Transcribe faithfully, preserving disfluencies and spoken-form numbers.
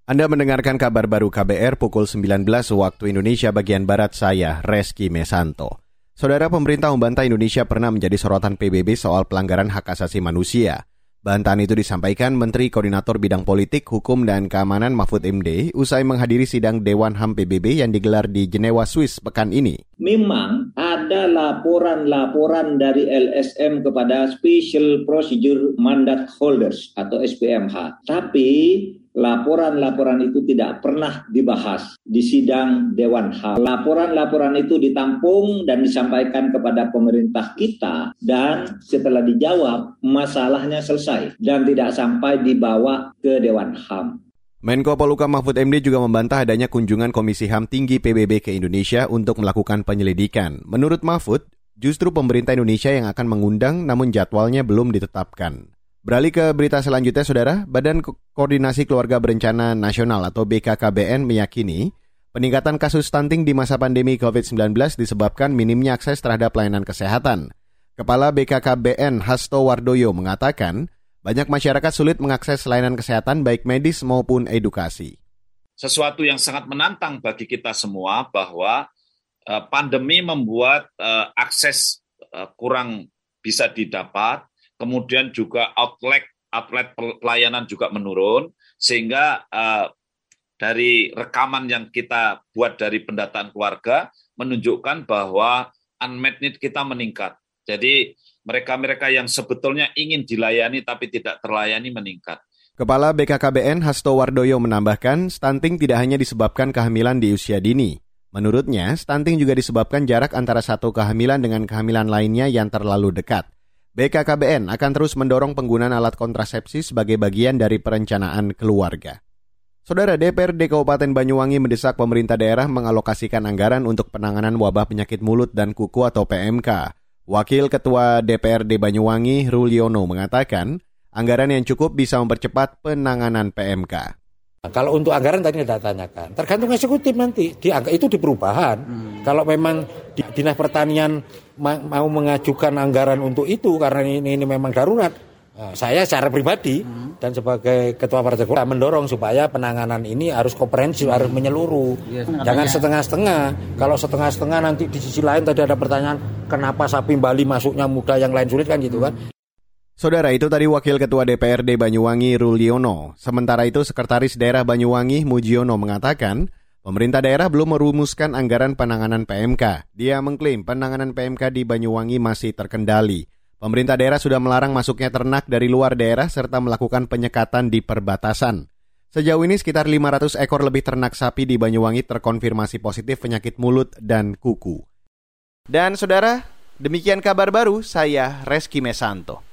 Anda mendengarkan kabar baru K B R pukul sembilan belas waktu Indonesia bagian Barat, saya Reski Mesanto. Saudara, pemerintah membantah Indonesia pernah menjadi sorotan P B B soal pelanggaran hak asasi manusia. Bantahan itu disampaikan Menteri Koordinator Bidang Politik, Hukum, dan Keamanan Mahfud M D usai menghadiri sidang Dewan H A M P B B yang digelar di Jenewa, Swiss pekan ini. Memang ada laporan-laporan dari L S M kepada Special Procedure Mandate Holders atau S P M H. Tapi laporan-laporan itu tidak pernah dibahas di sidang Dewan H A M. Laporan-laporan itu ditampung dan disampaikan kepada pemerintah kita, dan setelah dijawab, masalahnya selesai dan tidak sampai dibawa ke Dewan H A M. Menko Polhukam Mahfud M D juga membantah adanya kunjungan Komisi H A M tinggi P B B ke Indonesia untuk melakukan penyelidikan. Menurut Mahfud, justru pemerintah Indonesia yang akan mengundang, namun jadwalnya belum ditetapkan. Beralih ke berita selanjutnya, Saudara, Badan Koordinasi Keluarga Berencana Nasional atau B K K B N meyakini peningkatan kasus stunting di masa pandemi covid sembilan belas disebabkan minimnya akses terhadap pelayanan kesehatan. Kepala B K K B N Hasto Wardoyo mengatakan, banyak masyarakat sulit mengakses layanan kesehatan baik medis maupun edukasi. Sesuatu yang sangat menantang bagi kita semua bahwa uh, pandemi membuat uh, akses uh, kurang bisa didapat. Kemudian juga outlet outlet pelayanan juga menurun, sehingga uh, dari rekaman yang kita buat dari pendataan keluarga menunjukkan bahwa unmet need kita meningkat. Jadi mereka-mereka yang sebetulnya ingin dilayani tapi tidak terlayani meningkat. Kepala B K K B N Hasto Wardoyo menambahkan, stunting tidak hanya disebabkan kehamilan di usia dini. Menurutnya, stunting juga disebabkan jarak antara satu kehamilan dengan kehamilan lainnya yang terlalu dekat. B K K B N akan terus mendorong penggunaan alat kontrasepsi sebagai bagian dari perencanaan keluarga. Saudara, D P R D Kabupaten Banyuwangi mendesak pemerintah daerah mengalokasikan anggaran untuk penanganan wabah penyakit mulut dan kuku atau P M K. Wakil Ketua D P R D Banyuwangi, Ruliono, mengatakan anggaran yang cukup bisa mempercepat penanganan P M K. Nah, kalau untuk anggaran tadi Anda tanyakan, tergantung eksekutif nanti, di, itu di perubahan. Hmm. Kalau memang di, Dinas Pertanian ma- mau mengajukan anggaran untuk itu karena ini, ini memang darurat, nah, saya secara pribadi hmm. dan sebagai Ketua Partai Golkar mendorong supaya penanganan ini harus komprehensif, hmm. harus menyeluruh. Yes, jangan setengah-setengah. Kalau setengah-setengah nanti di sisi lain tadi ada pertanyaan, kenapa sapi Bali masuknya mudah, yang lain sulit kan gitu kan. Saudara, itu tadi Wakil Ketua D P R D Banyuwangi, Ruliono. Sementara itu, Sekretaris Daerah Banyuwangi, Mujiono, mengatakan pemerintah daerah belum merumuskan anggaran penanganan P M K. Dia mengklaim penanganan P M K di Banyuwangi masih terkendali. Pemerintah daerah sudah melarang masuknya ternak dari luar daerah serta melakukan penyekatan di perbatasan. Sejauh ini sekitar lima ratus ekor lebih ternak sapi di Banyuwangi terkonfirmasi positif penyakit mulut dan kuku. Dan saudara, demikian kabar baru, saya Reski Mesanto.